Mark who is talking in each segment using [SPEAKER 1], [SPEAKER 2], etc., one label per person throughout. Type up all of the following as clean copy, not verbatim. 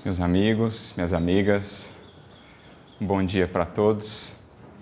[SPEAKER 1] Meus amigos, minhas amigas, um bom dia para todos.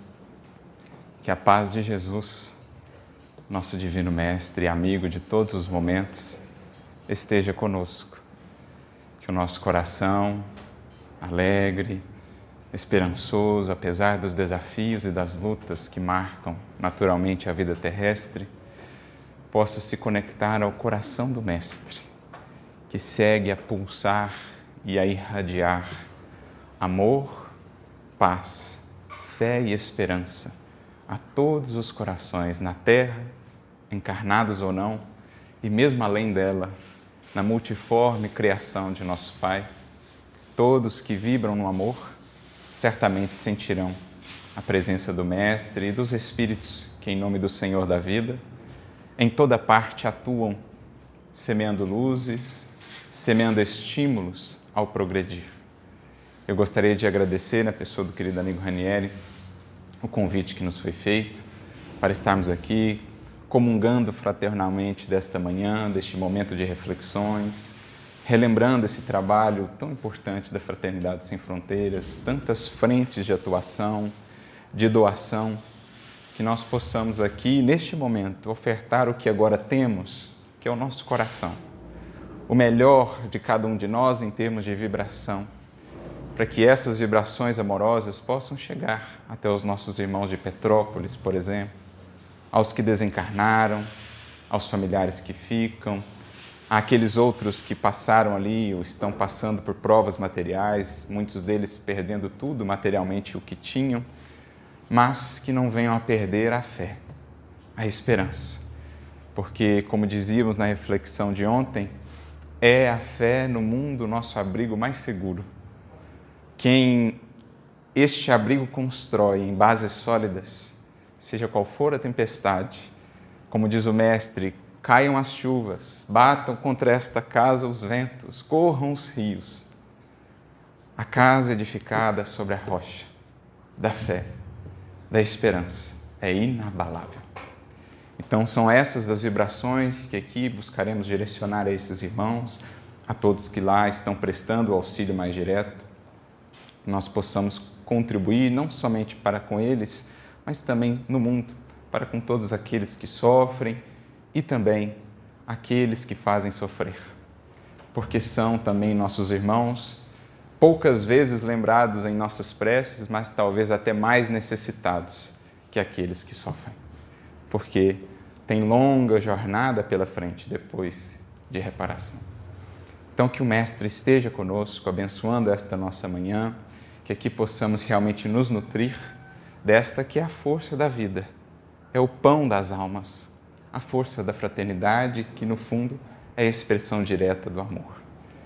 [SPEAKER 1] Que a paz de Jesus, nosso Divino Mestre e amigo de todos os momentos, esteja conosco. Que o nosso coração, alegre, esperançoso, apesar dos desafios e das lutas que marcam naturalmente a vida terrestre, possa se conectar ao coração do Mestre, que segue a pulsar e a irradiar amor, paz, fé e esperança a todos os corações na Terra, encarnados ou não, e mesmo além dela, na multiforme criação de nosso Pai. Todos que vibram no amor certamente sentirão a presença do Mestre e dos Espíritos que, em nome do Senhor da vida, em toda parte atuam, semeando luzes, semeando estímulos ao progredir. Eu gostaria de agradecer, na pessoa do querido amigo Ranieri, o convite que nos foi feito para estarmos aqui comungando fraternalmente desta manhã, deste momento de reflexões, relembrando esse trabalho tão importante da Fraternidade Sem Fronteiras, tantas frentes de atuação, de doação, que nós possamos aqui, neste momento, ofertar o que agora temos, que é o nosso coração, o melhor de cada um de nós em termos de vibração, para que essas vibrações amorosas possam chegar até os nossos irmãos de Petrópolis, por exemplo, aos que desencarnaram, aos familiares que ficam, àqueles outros que passaram ali ou estão passando por provas materiais, muitos deles perdendo tudo materialmente o que tinham, mas que não venham a perder a fé, a esperança. Porque, como dizíamos na reflexão de ontem, é a fé no mundo o nosso abrigo mais seguro. Quem este abrigo constrói em bases sólidas, seja qual for a tempestade, como diz o Mestre, caiam as chuvas, batam contra esta casa os ventos, corram os rios. A casa edificada sobre a rocha da fé, da esperança, é inabalável. Então são essas as vibrações que aqui buscaremos direcionar a esses irmãos, a todos que lá estão prestando o auxílio mais direto, que nós possamos contribuir não somente para com eles, mas também no mundo, para com todos aqueles que sofrem e também aqueles que fazem sofrer, porque são também nossos irmãos, poucas vezes lembrados em nossas preces, mas talvez até mais necessitados que aqueles que sofrem, porque tem longa jornada pela frente depois de reparação. Então, que o Mestre esteja conosco, abençoando esta nossa manhã, que aqui possamos realmente nos nutrir desta que é a força da vida, é o pão das almas, a força da fraternidade, que no fundo é a expressão direta do amor.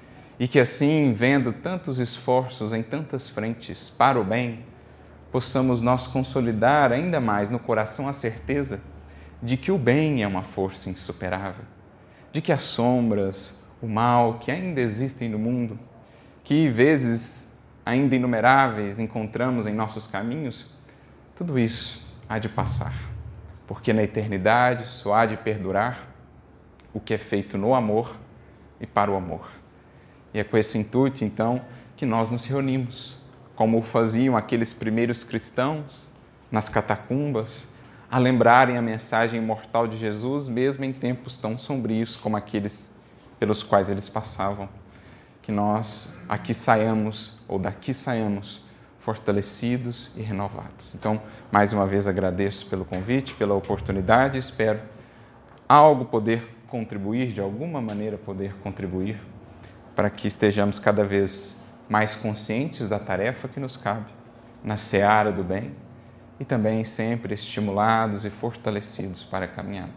[SPEAKER 1] E que assim, vendo tantos esforços em tantas frentes para o bem, possamos nós consolidar ainda mais no coração a certeza de que o bem é uma força insuperável, de que as sombras, o mal que ainda existem no mundo, que vezes ainda inumeráveis encontramos em nossos caminhos, tudo isso há de passar, porque na eternidade só há de perdurar o que é feito no amor e para o amor. E é com esse intuito, então, que nós nos reunimos, como faziam aqueles primeiros cristãos nas catacumbas, a lembrarem a mensagem imortal de Jesus, mesmo em tempos tão sombrios como aqueles pelos quais eles passavam. Que nós aqui saiamos, ou daqui saiamos, fortalecidos e renovados. Então, mais uma vez agradeço pelo convite, pela oportunidade, espero algo poder contribuir, de alguma maneira poder contribuir, para que estejamos cada vez mais conscientes da tarefa que nos cabe, na seara do bem, e também sempre estimulados e fortalecidos para a caminhada.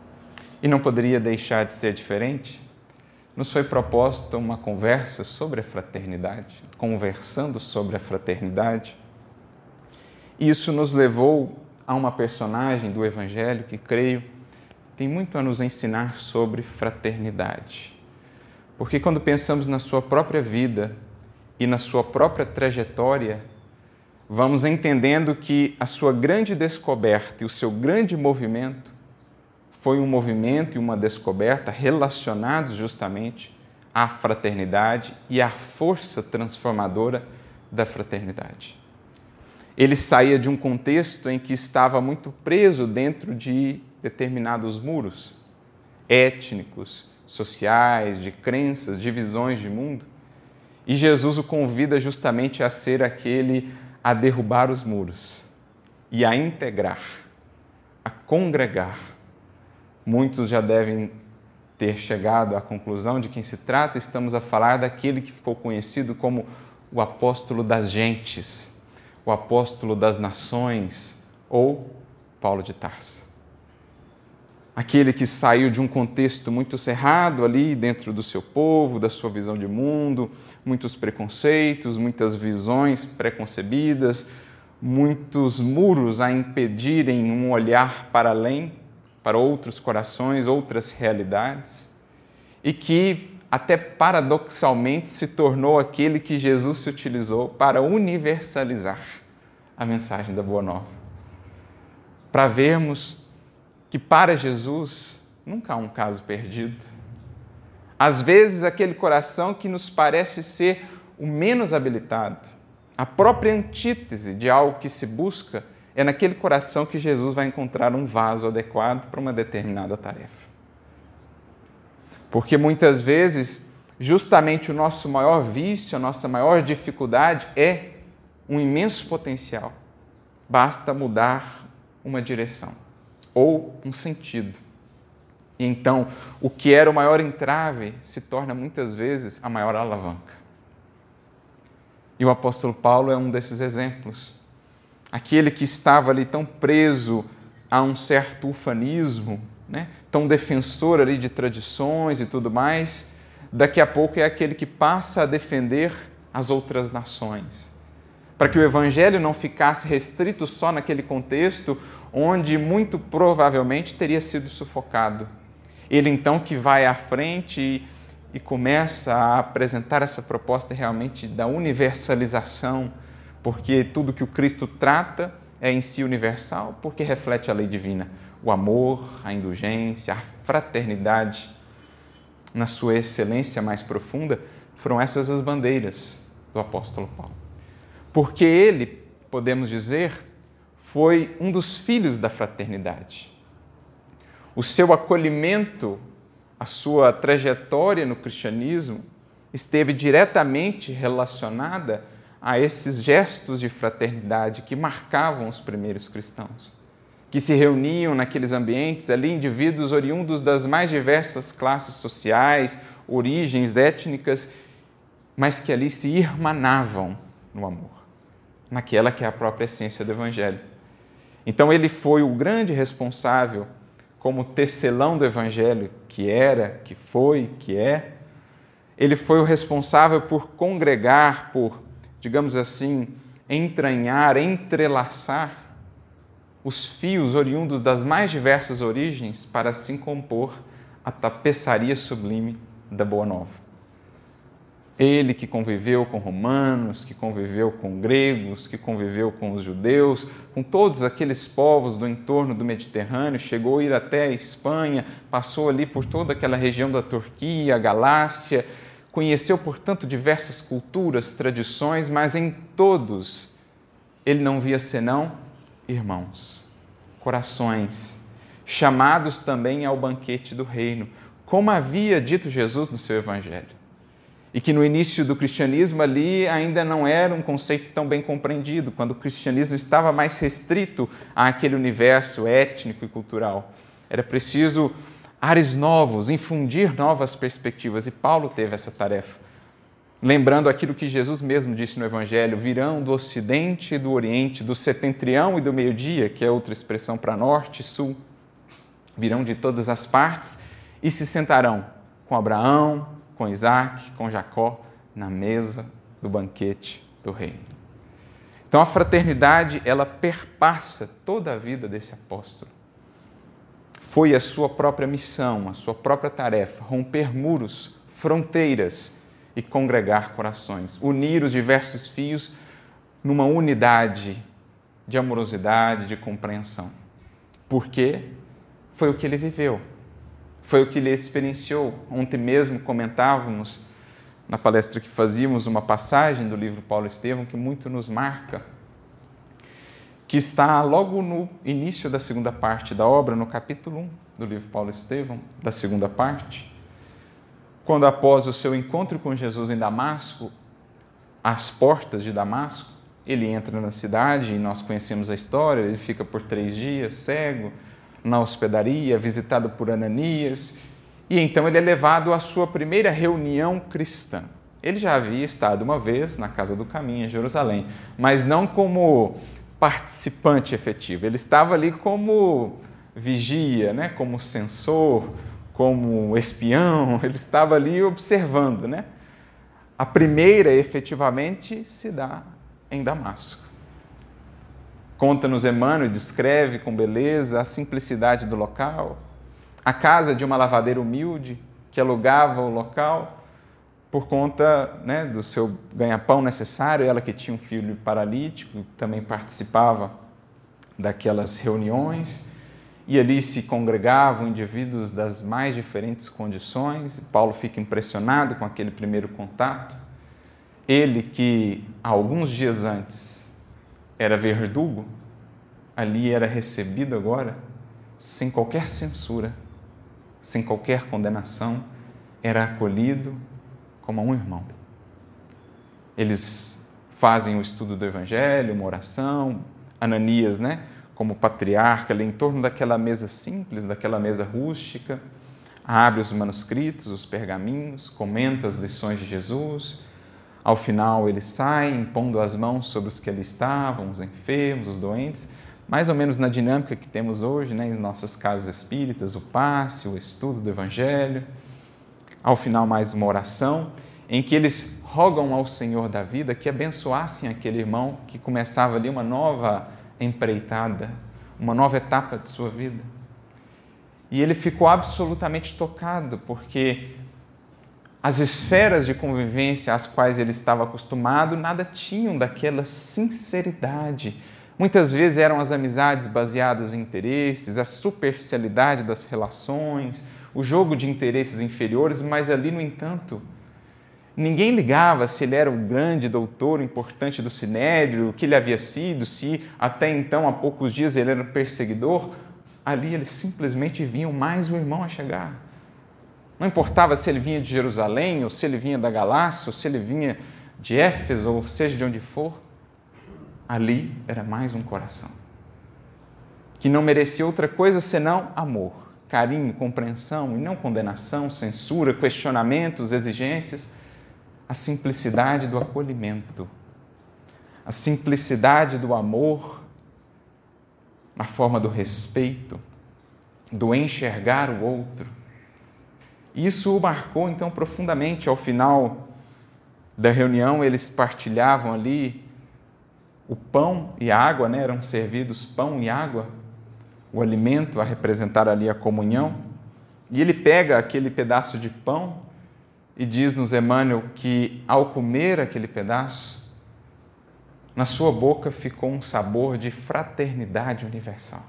[SPEAKER 1] E não poderia deixar de ser diferente. Nos foi proposta uma conversa sobre a fraternidade, conversando sobre a fraternidade. E isso nos levou a uma personagem do Evangelho que, creio, tem muito a nos ensinar sobre fraternidade. Porque quando pensamos na sua própria vida e na sua própria trajetória, vamos entendendo que a sua grande descoberta e o seu grande movimento foi um movimento e uma descoberta relacionados justamente à fraternidade e à força transformadora da fraternidade. Ele saía de um contexto em que estava muito preso dentro de determinados muros étnicos, sociais, de crenças, de visões de mundo. E Jesus o convida justamente a ser aquele a derrubar os muros e a integrar, a congregar. Muitos já devem ter chegado à conclusão de quem se trata. Estamos a falar daquele que ficou conhecido como o apóstolo das gentes, o apóstolo das nações, ou Paulo de Tarso. Aquele que saiu de um contexto muito cerrado ali dentro do seu povo, da sua visão de mundo, muitos preconceitos, muitas visões preconcebidas, muitos muros a impedirem um olhar para além, para outros corações, outras realidades, e que até paradoxalmente se tornou aquele que Jesus se utilizou para universalizar a mensagem da Boa Nova. Para vermos que para Jesus nunca há um caso perdido. Às vezes, aquele coração que nos parece ser o menos habilitado, a própria antítese de algo que se busca, é naquele coração que Jesus vai encontrar um vaso adequado para uma determinada tarefa. Porque muitas vezes, justamente o nosso maior vício, a nossa maior dificuldade é um imenso potencial. Basta mudar uma direção ou um sentido. E então, o que era o maior entrave se torna muitas vezes a maior alavanca. E o apóstolo Paulo é um desses exemplos. Aquele que estava ali tão preso a um certo ufanismo, né? Tão defensor ali de tradições e tudo mais, daqui a pouco é aquele que passa a defender as outras nações. Para que o evangelho não ficasse restrito só naquele contexto onde muito provavelmente teria sido sufocado. Ele então que vai à frente e começa a apresentar essa proposta realmente da universalização, porque tudo que o Cristo trata é em si universal, porque reflete a lei divina, o amor, a indulgência, a fraternidade, na sua excelência mais profunda, foram essas as bandeiras do apóstolo Paulo. Porque ele, podemos dizer, foi um dos filhos da fraternidade. O seu acolhimento, a sua trajetória no cristianismo esteve diretamente relacionada a esses gestos de fraternidade que marcavam os primeiros cristãos, que se reuniam naqueles ambientes ali, indivíduos oriundos das mais diversas classes sociais, origens étnicas, mas que ali se irmanavam no amor, naquela que é a própria essência do Evangelho. Então ele foi o grande responsável, como tecelão do Evangelho, que era, que foi, que é. Ele foi o responsável por congregar, por, digamos assim, entranhar, entrelaçar os fios oriundos das mais diversas origens para assim compor a tapeçaria sublime da Boa Nova. Ele que conviveu com romanos, que conviveu com gregos, que conviveu com os judeus, com todos aqueles povos do entorno do Mediterrâneo, chegou a ir até a Espanha, passou ali por toda aquela região da Turquia, Galácia, conheceu, portanto, diversas culturas, tradições, mas em todos ele não via senão irmãos, corações, chamados também ao banquete do reino, como havia dito Jesus no seu Evangelho. E que no início do cristianismo ali ainda não era um conceito tão bem compreendido, quando o cristianismo estava mais restrito àquele universo étnico e cultural. Era preciso ares novos, infundir novas perspectivas, e Paulo teve essa tarefa. Lembrando aquilo que Jesus mesmo disse no Evangelho, virão do Ocidente e do Oriente, do setentrião e do meio-dia, que é outra expressão para norte e sul, virão de todas as partes e se sentarão com Abraão, com Isaac, com Jacó, na mesa do banquete do reino. Então a fraternidade, ela perpassa toda a vida desse apóstolo. Foi a sua própria missão, a sua própria tarefa, romper muros, fronteiras e congregar corações, unir os diversos fios numa unidade de amorosidade, de compreensão. Porque foi o que ele viveu. Foi o que ele experienciou. Ontem mesmo comentávamos, na palestra que fazíamos, uma passagem do livro Paulo Estevão que muito nos marca, que está logo no início da segunda parte da obra, no capítulo 1 do livro Paulo Estevão, da segunda parte, quando após o seu encontro com Jesus em Damasco, às portas de Damasco, ele entra na cidade e nós conhecemos a história, ele fica por 3 dias cego, na hospedaria, visitado por Ananias, e então ele é levado à sua primeira reunião cristã. Ele já havia estado uma vez na Casa do Caminho, em Jerusalém, mas não como participante efetivo, ele estava ali como vigia, né? Como censor, como espião, ele estava ali observando, né? A primeira, efetivamente, se dá em Damasco. Conta-nos Emmanuel, descreve com beleza a simplicidade do local, a casa de uma lavadeira humilde que alugava o local por conta, né, do seu ganha-pão necessário, ela que tinha um filho paralítico, também participava daquelas reuniões, e ali se congregavam indivíduos das mais diferentes condições. Paulo fica impressionado com aquele primeiro contato. Ele que, alguns dias antes, era verdugo, ali era recebido agora, sem qualquer censura, sem qualquer condenação, era acolhido como um irmão. Eles fazem o estudo do Evangelho, uma oração, Ananias, né, como patriarca, ali em torno daquela mesa simples, daquela mesa rústica, abre os manuscritos, os pergaminhos, comenta as lições de Jesus. Ao final ele sai, impondo as mãos sobre os que ali estavam, os enfermos, os doentes, mais ou menos na dinâmica que temos hoje, né, em nossas casas espíritas, o passe, o estudo do Evangelho. Ao final, mais uma oração, em que eles rogam ao Senhor da vida que abençoassem aquele irmão que começava ali uma nova empreitada, uma nova etapa de sua vida. E ele ficou absolutamente tocado, porque as esferas de convivência às quais ele estava acostumado nada tinham daquela sinceridade. Muitas vezes eram as amizades baseadas em interesses, a superficialidade das relações, o jogo de interesses inferiores, mas ali, no entanto, ninguém ligava se ele era o grande doutor importante do Sinédrio, o que ele havia sido, se até então, há poucos dias, ele era um perseguidor. Ali eles simplesmente viam mais o irmão a chegar. Não importava se ele vinha de Jerusalém, ou se ele vinha da Galácia, ou se ele vinha de Éfeso, ou seja de onde for, ali era mais um coração, que não merecia outra coisa senão amor, carinho, compreensão, e não condenação, censura, questionamentos, exigências, a simplicidade do acolhimento, a simplicidade do amor, na forma do respeito, do enxergar o outro. Isso o marcou, então, profundamente. Ao final da reunião, eles partilhavam ali o pão e a água, né? Eram servidos pão e água, o alimento a representar ali a comunhão. E ele pega aquele pedaço de pão e diz-nos Emmanuel que, ao comer aquele pedaço, na sua boca ficou um sabor de fraternidade universal.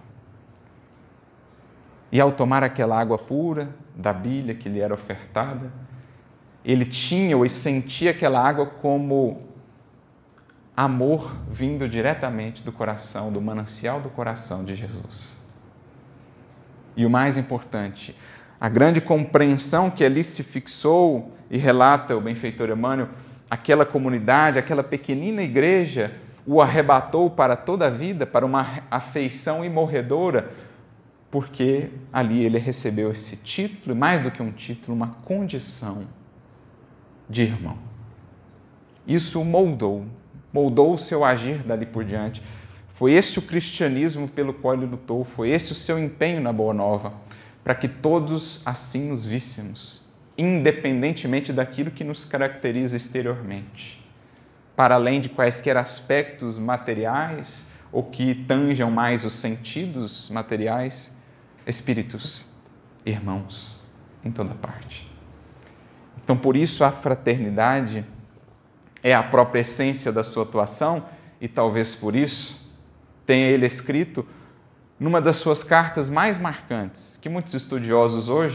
[SPEAKER 1] E ao tomar aquela água pura da bilha que lhe era ofertada, ele tinha ou sentia aquela água como amor vindo diretamente do coração, do manancial do coração de Jesus. E o mais importante, a grande compreensão que ali se fixou, e relata o benfeitor Emmanuel, aquela comunidade, aquela pequenina igreja, o arrebatou para toda a vida, para uma afeição imorredora, porque ali ele recebeu esse título, e mais do que um título, uma condição de irmão. Isso o moldou o seu agir dali por diante. Foi esse o cristianismo pelo qual ele lutou, foi esse o seu empenho na Boa Nova, para que todos assim nos víssemos, independentemente daquilo que nos caracteriza exteriormente, para além de quaisquer aspectos materiais ou que tanjam mais os sentidos materiais, espíritos, irmãos, em toda parte. Então, por isso, a fraternidade é a própria essência da sua atuação e talvez por isso tenha ele escrito numa das suas cartas mais marcantes, que muitos estudiosos hoje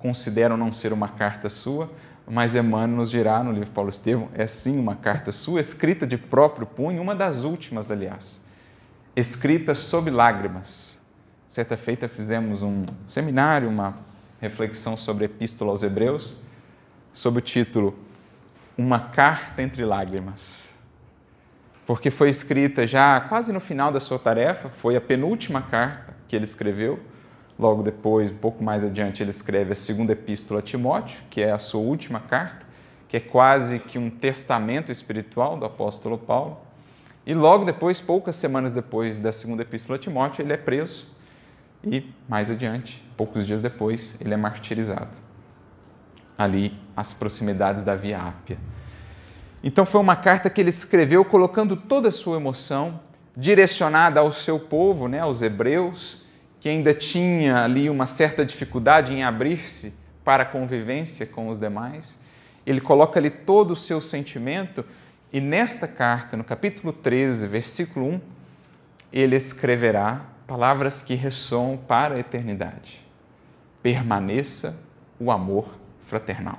[SPEAKER 1] consideram não ser uma carta sua, mas Emmanuel nos dirá no livro Paulo Estevão, é sim uma carta sua, escrita de próprio punho, uma das últimas, aliás, escrita sob lágrimas. Certa feita fizemos um seminário, uma reflexão sobre a Epístola aos Hebreus, sob o título Uma Carta entre Lágrimas, porque foi escrita já quase no final da sua tarefa, foi a penúltima carta que ele escreveu. Logo depois, um pouco mais adiante, ele escreve a segunda epístola a Timóteo, que é a sua última carta, que é quase que um testamento espiritual do apóstolo Paulo. E logo depois, poucas semanas depois da segunda epístola a Timóteo, ele é preso e, mais adiante, poucos dias depois, ele é martirizado, ali às proximidades da Via Ápia. Então foi uma carta que ele escreveu colocando toda a sua emoção, direcionada ao seu povo, aos hebreus, que ainda tinha ali uma certa dificuldade em abrir-se para a convivência com os demais. Ele coloca ali todo o seu sentimento e nesta carta, no capítulo 13, versículo 1, ele escreverá palavras que ressoam para a eternidade. Permaneça o amor fraternal.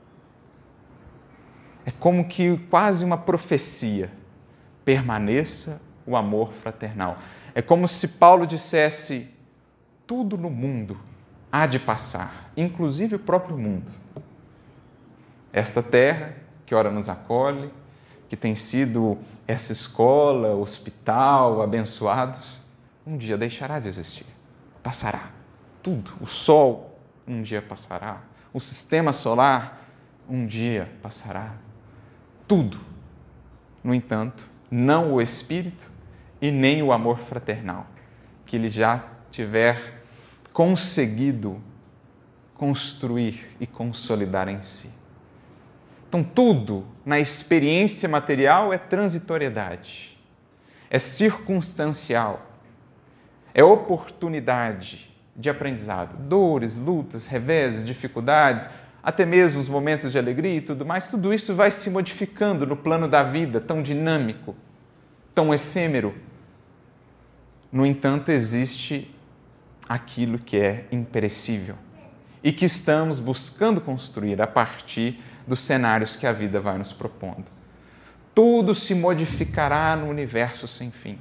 [SPEAKER 1] É como que quase uma profecia. Permaneça o amor fraternal. É como se Paulo dissesse: tudo no mundo há de passar, inclusive o próprio mundo. Esta terra que ora nos acolhe, que tem sido essa escola, hospital, abençoados, um dia deixará de existir. Passará. Tudo. O sol um dia passará. O sistema solar um dia passará. Tudo. No entanto, não o espírito e nem o amor fraternal, que ele já tiver conseguido construir e consolidar em si. Então, tudo na experiência material é transitoriedade, é circunstancial, é oportunidade de aprendizado, dores, lutas, reveses, dificuldades, até mesmo os momentos de alegria e tudo mais, tudo isso vai se modificando no plano da vida, tão dinâmico, tão efêmero. No entanto, existe aquilo que é imperecível e que estamos buscando construir a partir dos cenários que a vida vai nos propondo. Tudo se modificará no universo sem fim,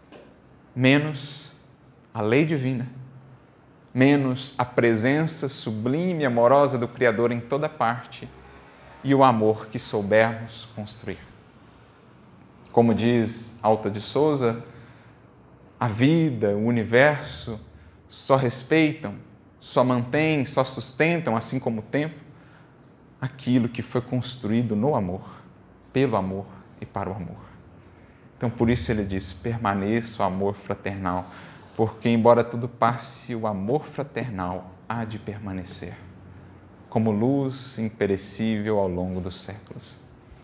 [SPEAKER 1] menos a lei divina, menos a presença sublime e amorosa do Criador em toda parte e o amor que soubermos construir. Como diz Alta de Souza, a vida, o universo só respeitam, só mantêm, só sustentam, assim como o tempo, aquilo que foi construído no amor, pelo amor e para o amor. Então, por isso ele diz, permaneça o amor fraternal, porque embora tudo passe, o amor fraternal há de permanecer, como luz imperecível ao longo dos séculos.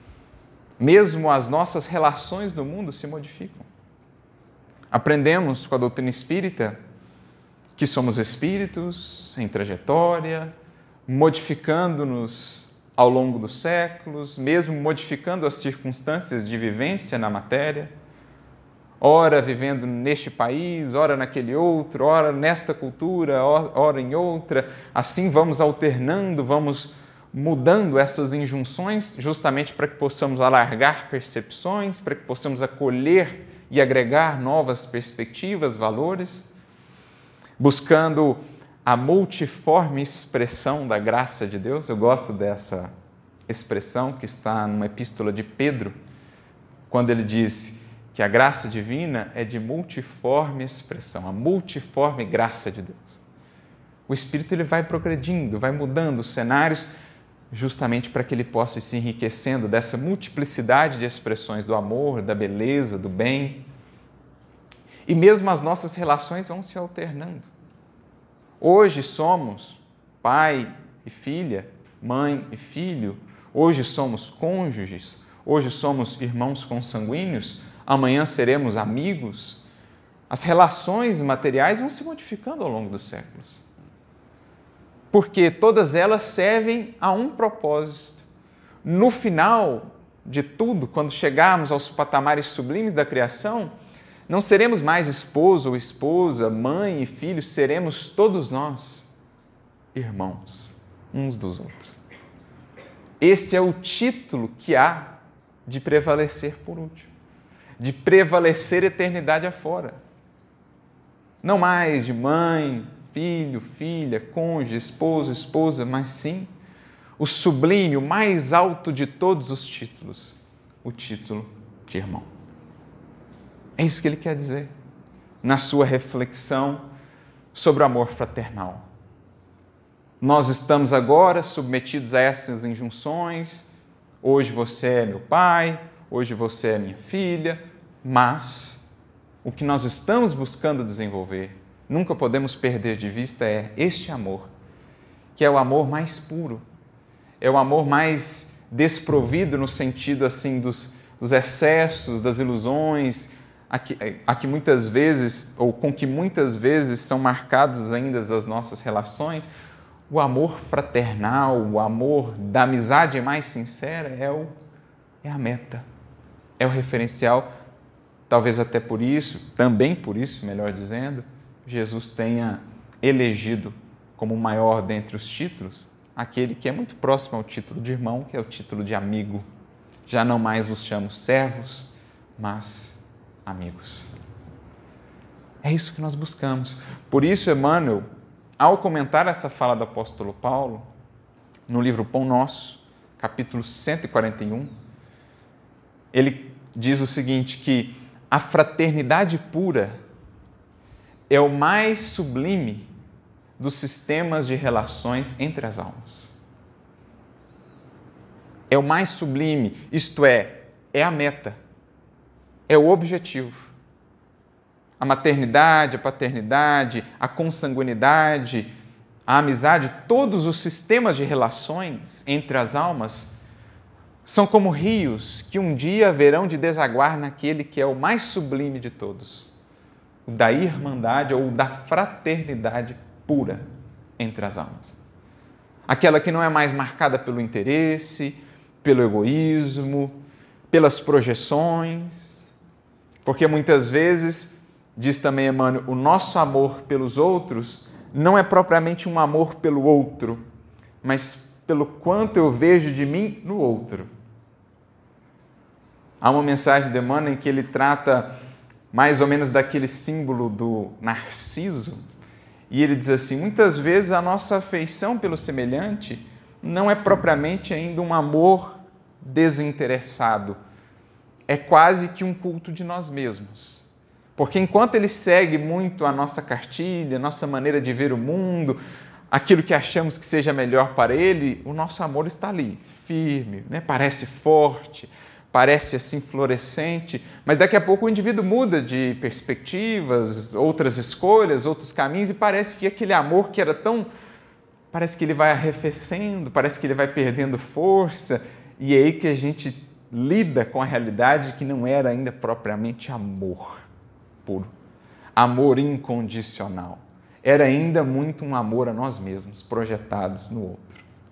[SPEAKER 1] Mesmo as nossas relações no mundo se modificam. Aprendemos com a doutrina espírita que somos espíritos em trajetória, modificando-nos ao longo dos séculos, mesmo modificando as circunstâncias de vivência na matéria, ora vivendo neste país, ora naquele outro, ora nesta cultura, ora em outra. Assim vamos alternando, vamos mudando essas injunções justamente para que possamos alargar percepções, para que possamos acolher e agregar novas perspectivas, valores, buscando a multiforme expressão da graça de Deus. Eu gosto dessa expressão que está numa epístola de Pedro, quando ele diz que a graça divina é de multiforme expressão, a multiforme graça de Deus. O Espírito ele vai progredindo, vai mudando os cenários, justamente para que ele possa ir se enriquecendo dessa multiplicidade de expressões do amor, da beleza, do bem. E mesmo as nossas relações vão se alternando. Hoje somos pai e filha, mãe e filho, hoje somos cônjuges, hoje somos irmãos consanguíneos, amanhã seremos amigos. As relações materiais vão se modificando ao longo dos séculos, porque todas elas servem a um propósito. No final de tudo, quando chegarmos aos patamares sublimes da criação, não seremos mais esposo ou esposa, mãe e filho, seremos todos nós irmãos. uns dos outros. Esse é o título que há de prevalecer por último, de prevalecer eternidade afora. Não mais de mãe, filho, filha, cônjuge, esposo, esposa, mas sim o sublime, o mais alto de todos os títulos, o título de irmão. É isso que ele quer dizer na sua reflexão sobre o amor fraternal. Nós estamos agora submetidos a essas injunções. Hoje você é meu pai, hoje você é minha filha, mas o que nós estamos buscando desenvolver, nunca podemos perder de vista, é este amor, que é o amor mais puro, é o amor mais desprovido no sentido assim dos excessos, das ilusões, a que muitas vezes, ou com que muitas vezes são marcadas ainda as nossas relações. O amor fraternal, o amor da amizade mais sincera é a meta, é o referencial. Talvez até por isso, também por isso, melhor dizendo, Jesus tenha elegido como o maior dentre os títulos aquele que é muito próximo ao título de irmão, que é o título de amigo. Já não mais vos chamo servos, mas amigos. É isso que nós buscamos. Por isso, Emmanuel, ao comentar essa fala do apóstolo Paulo, no livro Pão Nosso, capítulo 141, ele diz o seguinte, que a fraternidade pura é o mais sublime dos sistemas de relações entre as almas. É o mais sublime, isto é a meta, é o objetivo. A maternidade, a paternidade, a consanguinidade, a amizade, todos os sistemas de relações entre as almas são como rios que um dia haverão de desaguar naquele que é o mais sublime de todos, o da irmandade ou da fraternidade pura entre as almas. Aquela que não é mais marcada pelo interesse, pelo egoísmo, pelas projeções, porque muitas vezes, diz também Emmanuel, o nosso amor pelos outros não é propriamente um amor pelo outro, mas pelo quanto eu vejo de mim no outro. Há uma mensagem de Emmanuel em que ele trata mais ou menos daquele símbolo do Narciso, e ele diz assim, muitas vezes a nossa afeição pelo semelhante não é propriamente ainda um amor desinteressado, é quase que um culto de nós mesmos. Porque enquanto ele segue muito a nossa cartilha, a nossa maneira de ver o mundo, aquilo que achamos que seja melhor para ele, o nosso amor está ali, firme, né? Parece forte, parece assim florescente, mas daqui a pouco o indivíduo muda de perspectivas, outras escolhas, outros caminhos, e parece que aquele amor que era tão... Parece que ele vai arrefecendo, parece que ele vai perdendo força, e é aí que a gente lida com a realidade que não era ainda propriamente amor puro, amor incondicional. Era ainda muito um amor a nós mesmos, projetados no outro.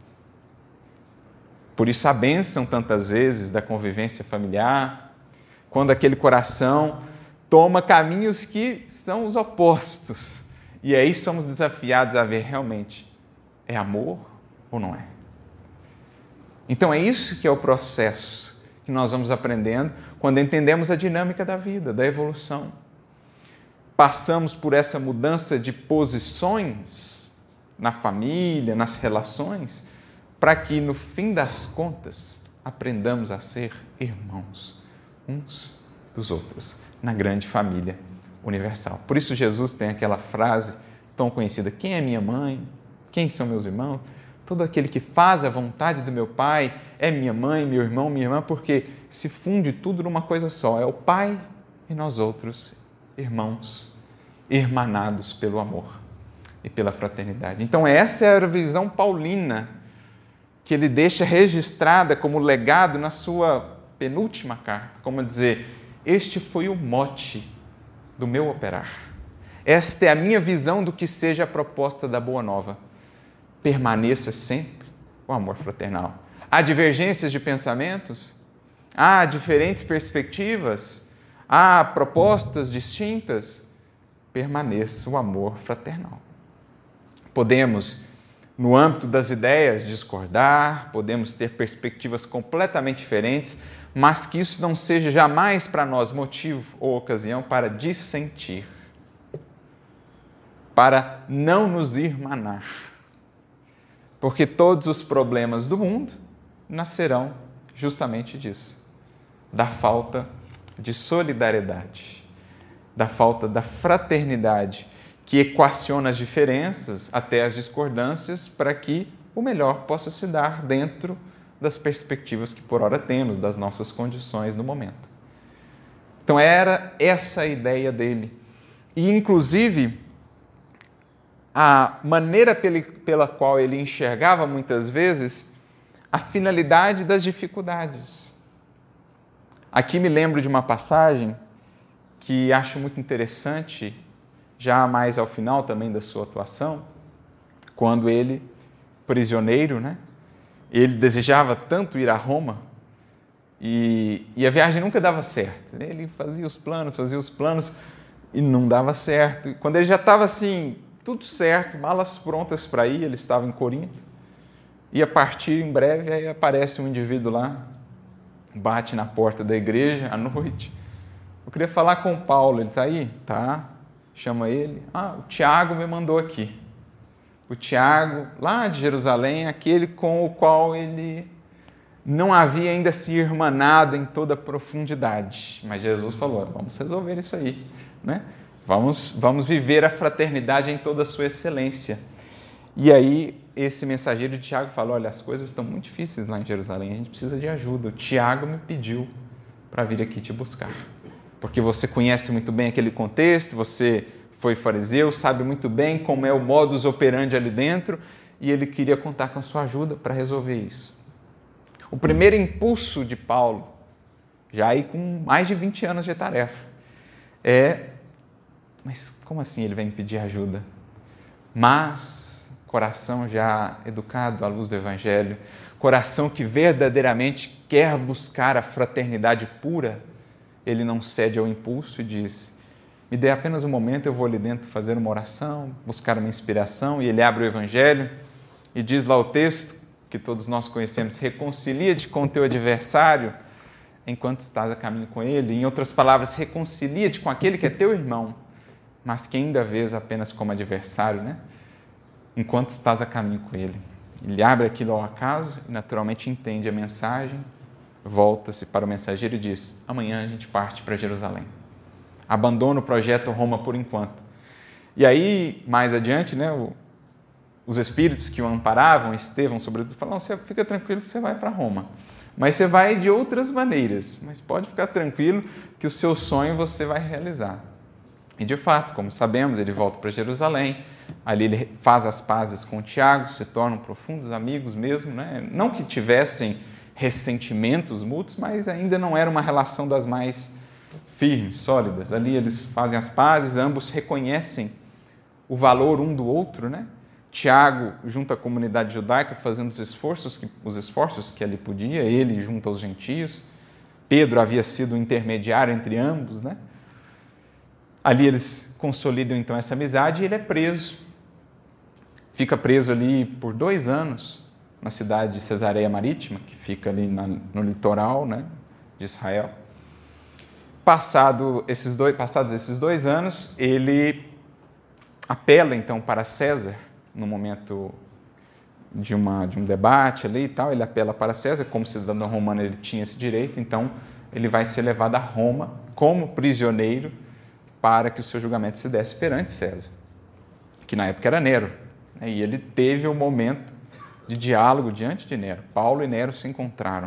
[SPEAKER 1] Por isso a bênção, tantas vezes, da convivência familiar, quando aquele coração toma caminhos que são os opostos. E aí somos desafiados a ver realmente, é amor ou não é? Então é isso que é o processo que nós vamos aprendendo quando entendemos a dinâmica da vida, da evolução. Passamos por essa mudança de posições na família, nas relações, para que, no fim das contas, aprendamos a ser irmãos uns dos outros, na grande família universal. Por isso Jesus tem aquela frase tão conhecida, quem é minha mãe? Quem são meus irmãos? Todo aquele que faz a vontade do meu Pai é minha mãe, meu irmão, minha irmã, porque se funde tudo numa coisa só, é o Pai e nós outros, irmãos, irmanados pelo amor e pela fraternidade. Então essa é a visão paulina que ele deixa registrada como legado na sua penúltima carta, como dizer, este foi o mote do meu operar. Esta é a minha visão do que seja a proposta da Boa Nova. Permaneça sempre o amor fraternal. Há divergências de pensamentos, há diferentes perspectivas, há propostas distintas, permaneça o amor fraternal. Podemos No âmbito das ideias, discordar, podemos ter perspectivas completamente diferentes, mas que isso não seja jamais para nós motivo ou ocasião para dissentir, para não nos irmanar. Porque todos os problemas do mundo nascerão justamente disso, da falta de solidariedade, da falta da fraternidade, que equaciona as diferenças até as discordâncias para que o melhor possa se dar dentro das perspectivas que por ora temos, das nossas condições no momento. Então era essa a ideia dele. E inclusive a maneira pela qual ele enxergava muitas vezes a finalidade das dificuldades. Aqui me lembro de uma passagem que acho muito interessante, já mais ao final também da sua atuação, quando ele, prisioneiro, né? Ele desejava tanto ir a Roma e a viagem nunca dava certo. Ele fazia os planos e não dava certo. E quando ele já estava assim, tudo certo, malas prontas para ir, ele estava em Corinto, ia partir em breve, aí aparece um indivíduo lá, bate na porta da igreja à noite. Eu queria falar com o Paulo, ele está aí? Tá. Chama ele. O Tiago me mandou aqui. O Tiago, lá de Jerusalém, aquele com o qual ele não havia ainda se irmanado em toda a profundidade. Mas Jesus falou, vamos resolver isso aí, né? Vamos viver a fraternidade em toda a sua excelência. E aí, esse mensageiro de Tiago falou, olha, as coisas estão muito difíceis lá em Jerusalém, a gente precisa de ajuda. O Tiago me pediu para vir aqui te buscar. Porque você conhece muito bem aquele contexto, você foi fariseu, sabe muito bem como é o modus operandi ali dentro, e ele queria contar com a sua ajuda para resolver isso. O primeiro impulso de Paulo, já aí com mais de 20 anos de tarefa, mas como assim ele vem me pedir ajuda? Mas, coração já educado à luz do Evangelho, coração que verdadeiramente quer buscar a fraternidade pura, ele não cede ao impulso e diz, me dê apenas um momento, eu vou ali dentro fazer uma oração, buscar uma inspiração, e ele abre o Evangelho e diz lá o texto, que todos nós conhecemos, reconcilia-te com o teu adversário enquanto estás a caminho com ele. Em outras palavras, reconcilia-te com aquele que é teu irmão, mas que ainda vês apenas como adversário, né? Enquanto estás a caminho com ele. Ele abre aquilo ao acaso e naturalmente entende a mensagem, volta-se para o mensageiro e diz, amanhã a gente parte para Jerusalém. Abandona o projeto Roma por enquanto. E aí, mais adiante, né, os espíritos que o amparavam, Estevão sobretudo, falaram, você fica tranquilo que você vai para Roma. Mas você vai de outras maneiras, mas pode ficar tranquilo que o seu sonho você vai realizar. E de fato, como sabemos, ele volta para Jerusalém, ali ele faz as pazes com o Tiago, se tornam profundos amigos mesmo, né? Não que tivessem ressentimentos mútuos, mas ainda não era uma relação das mais firmes, sólidas. Ali eles fazem as pazes, ambos reconhecem o valor um do outro, né? Tiago junto à comunidade judaica fazendo os esforços que ele podia, ele junto aos gentios. Pedro havia sido o intermediário entre ambos, né? Ali eles consolidam então essa amizade e ele é preso. Fica preso ali por 2 anos na cidade de Cesareia Marítima, que fica ali no litoral, né, de Israel. Passados esses 2 anos, ele apela então para César, no momento de um debate ali e tal, ele apela para César, como cidadão romano ele tinha esse direito, então ele vai ser levado a Roma como prisioneiro para que o seu julgamento se desse perante César, que na época era Nero, né? E ele teve um momento de diálogo diante de Nero. Paulo e Nero se encontraram.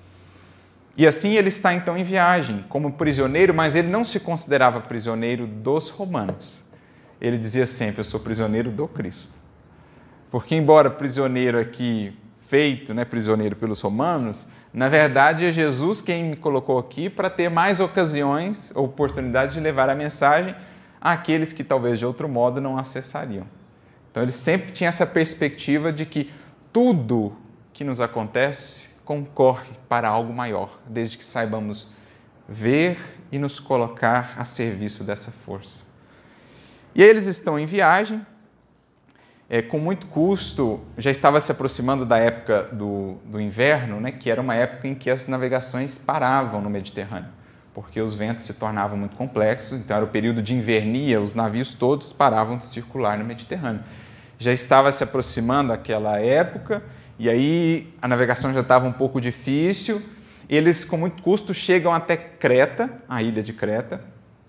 [SPEAKER 1] E assim ele está então em viagem como prisioneiro, mas ele não se considerava prisioneiro dos romanos. Ele dizia sempre, eu sou prisioneiro do Cristo. Porque embora prisioneiro aqui feito, né, prisioneiro pelos romanos, na verdade é Jesus quem me colocou aqui para ter mais ocasiões, oportunidades de levar a mensagem àqueles que talvez de outro modo não acessariam. Então ele sempre tinha essa perspectiva de que tudo que nos acontece concorre para algo maior, desde que saibamos ver e nos colocar a serviço dessa força. E aí eles estão em viagem com muito custo, já estava se aproximando da época do inverno, né, que era uma época em que as navegações paravam no Mediterrâneo, porque os ventos se tornavam muito complexos, então era o período de invernia, os navios todos paravam de circular no Mediterrâneo. Já estava se aproximando aquela época, e aí a navegação já estava um pouco difícil. Eles, com muito custo, chegam até Creta, a ilha de Creta,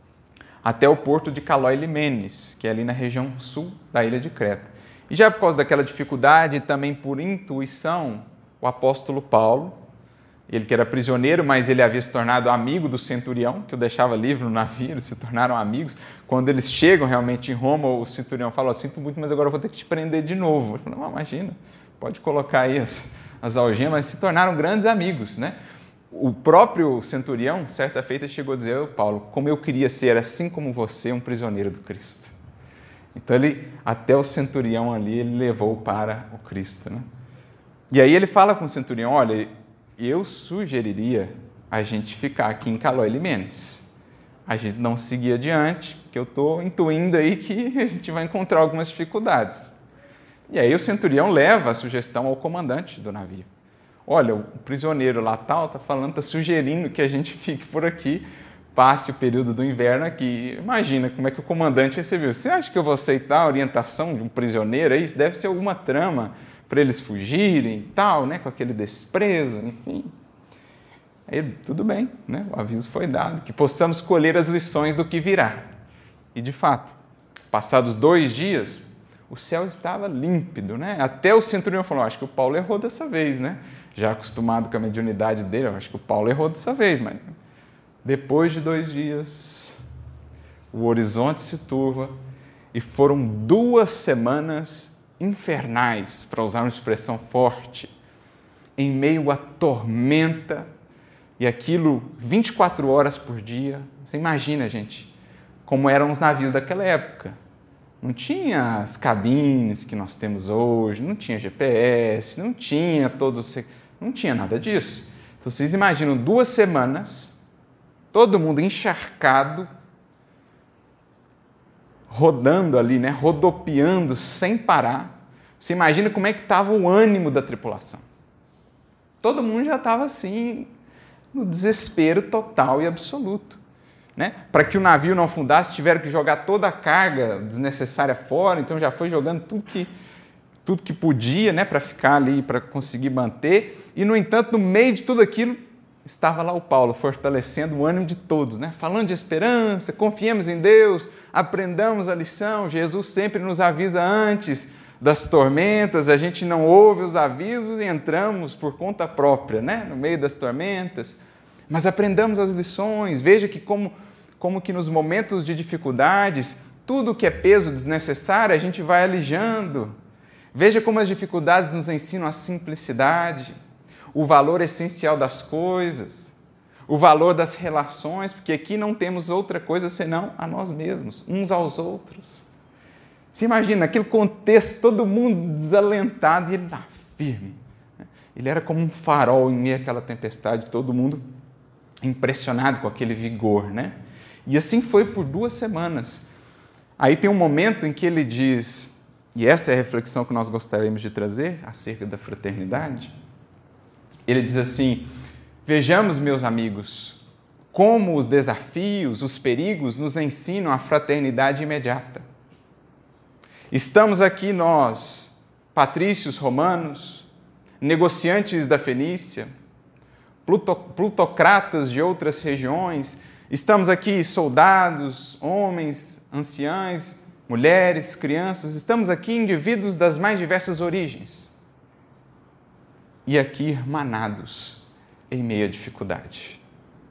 [SPEAKER 1] até o porto de Calói-Limenes, que é ali na região sul da ilha de Creta. E já por causa daquela dificuldade, também por intuição, o apóstolo Paulo, ele que era prisioneiro, mas ele havia se tornado amigo do centurião, que o deixava livre no navio, eles se tornaram amigos. Quando eles chegam realmente em Roma, o centurião fala: sinto muito, mas agora eu vou ter que te prender de novo. Ele falou: não, imagina, pode colocar aí as algemas, mas se tornaram grandes amigos, né? O próprio centurião, certa feita, chegou a dizer: Paulo, como eu queria ser, assim como você, um prisioneiro do Cristo. Então, até o centurião ali, ele levou para o Cristo, né? E aí ele fala com o centurião: olha, eu sugeriria a gente ficar aqui em Calói-Limenes. A gente não seguir adiante, porque eu estou intuindo aí que a gente vai encontrar algumas dificuldades. E aí o centurião leva a sugestão ao comandante do navio. Olha, o prisioneiro lá tal está falando, está sugerindo que a gente fique por aqui, passe o período do inverno aqui. Imagina como é que o comandante recebeu. Você acha que eu vou aceitar a orientação de um prisioneiro? Isso deve ser alguma trama para eles fugirem e tal, né? Com aquele desprezo, enfim. Aí, tudo bem, né? O aviso foi dado, que possamos colher as lições do que virá. E, de fato, passados 2 dias, o céu estava límpido, né? Até o centurião falou: acho que o Paulo errou dessa vez, né? Já acostumado com a mediunidade dele, eu acho que o Paulo errou dessa vez, mas depois de 2 dias, o horizonte se turva e foram 2 semanas infernais, para usar uma expressão forte, em meio à tormenta, e aquilo 24 horas por dia. Você imagina, gente, como eram os navios daquela época. Não tinha as cabines que nós temos hoje, não tinha GPS, não tinha não tinha nada disso. Então, vocês imaginam 2 semanas, todo mundo encharcado, rodando ali, né? Rodopiando sem parar. Você imagina como é que estava o ânimo da tripulação. Todo mundo já estava assim, no desespero total e absoluto, né? Para que o navio não afundasse, tiveram que jogar toda a carga desnecessária fora, então já foi jogando tudo que podia, né, para ficar ali, para conseguir manter. E, no entanto, no meio de tudo aquilo, estava lá o Paulo, fortalecendo o ânimo de todos, né? Falando de esperança, confiemos em Deus, aprendamos a lição. Jesus sempre nos avisa antes das tormentas, a gente não ouve os avisos e entramos por conta própria, né? No meio das tormentas. Mas aprendamos as lições. Veja que como que nos momentos de dificuldades, tudo que é peso desnecessário, a gente vai alijando. Veja como as dificuldades nos ensinam a simplicidade, o valor essencial das coisas, o valor das relações, porque aqui não temos outra coisa senão a nós mesmos, uns aos outros. Você imagina, aquele contexto, todo mundo desalentado e ele lá, firme. Ele era como um farol em meio àquela tempestade, todo mundo impressionado com aquele vigor, né? E assim foi por 2 semanas. Aí tem um momento em que ele diz, e essa é a reflexão que nós gostaríamos de trazer acerca da fraternidade. Ele diz assim: vejamos, meus amigos, como os desafios, os perigos nos ensinam a fraternidade imediata. Estamos aqui nós, patrícios romanos, negociantes da Fenícia, plutocratas de outras regiões, estamos aqui soldados, homens, anciães, mulheres, crianças, estamos aqui indivíduos das mais diversas origens. E aqui irmanados em meio à dificuldade.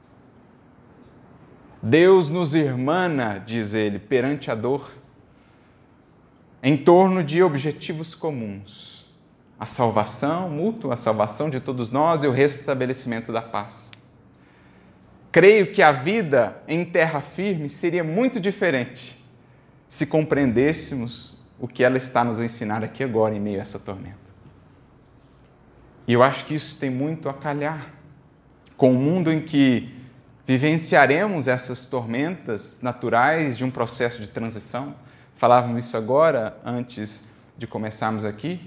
[SPEAKER 1] Deus nos irmana, diz ele, perante a dor, em torno de objetivos comuns. A salvação mútua, a salvação de todos nós e o restabelecimento da paz. Creio que a vida em terra firme seria muito diferente se compreendêssemos o que ela está nos ensinar aqui agora em meio a essa tormenta. E eu acho que isso tem muito a calhar com o mundo em que vivenciaremos essas tormentas naturais de um processo de transição. Falávamos isso agora, antes de começarmos aqui,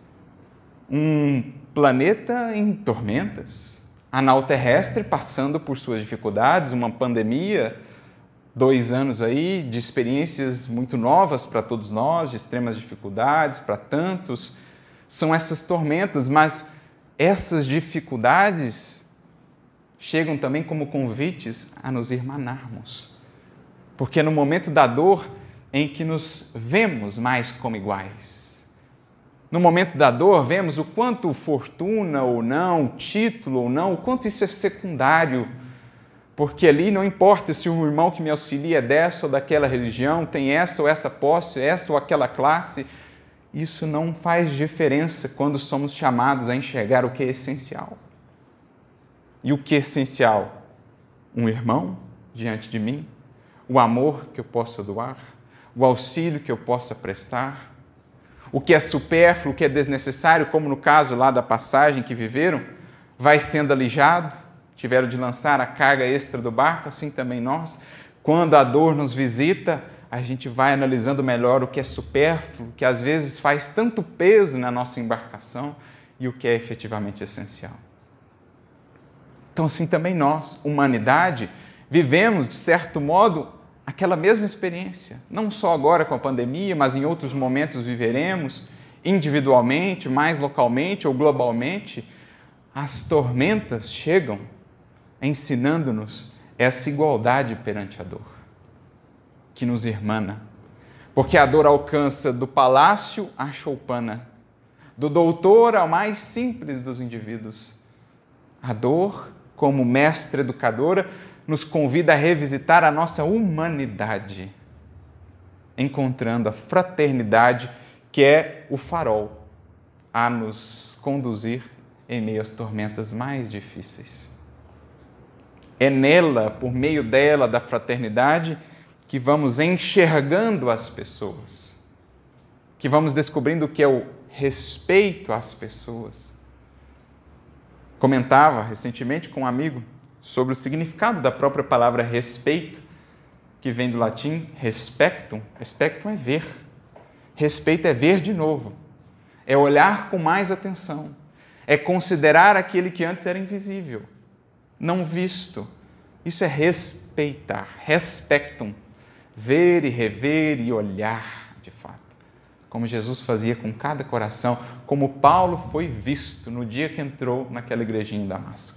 [SPEAKER 1] um planeta em tormentas, a nau terrestre passando por suas dificuldades, uma pandemia, 2 anos aí de experiências muito novas para todos nós, de extremas dificuldades para tantos. São essas tormentas, mas essas dificuldades chegam também como convites a nos irmanarmos. Porque é no momento da dor em que nos vemos mais como iguais. No momento da dor, vemos o quanto fortuna ou não, título ou não, o quanto isso é secundário. Porque ali não importa se o irmão que me auxilia é dessa ou daquela religião, tem essa ou essa posse, essa ou aquela classe. Isso não faz diferença quando somos chamados a enxergar o que é essencial. E o que é essencial? Um irmão diante de mim, o amor que eu possa doar, o auxílio que eu possa prestar, o que é supérfluo, o que é desnecessário, como no caso lá da passagem que viveram, vai sendo alijado, tiveram de lançar a carga extra do barco, assim também nós. Quando a dor nos visita, a gente vai analisando melhor o que é supérfluo, que às vezes faz tanto peso na nossa embarcação, e o que é efetivamente essencial. Então, assim também nós, humanidade, vivemos, de certo modo, aquela mesma experiência, não só agora com a pandemia, mas em outros momentos viveremos, individualmente, mais localmente ou globalmente. As tormentas chegam ensinando-nos essa igualdade perante a dor, que nos irmana, porque a dor alcança do palácio à choupana, do doutor ao mais simples dos indivíduos. A dor, como mestra educadora, nos convida a revisitar a nossa humanidade, encontrando a fraternidade que é o farol a nos conduzir em meio às tormentas mais difíceis. É nela, por meio dela, da fraternidade, que vamos enxergando as pessoas, que vamos descobrindo o que é o respeito às pessoas. Comentava recentemente com um amigo sobre o significado da própria palavra respeito, que vem do latim respectum. Respectum é ver. Respeito é ver de novo. É olhar com mais atenção. É considerar aquele que antes era invisível, não visto. Isso é respeitar. Respectum. Ver e rever e olhar de fato. Como Jesus fazia com cada coração, como Paulo foi visto no dia que entrou naquela igrejinha em Damasco.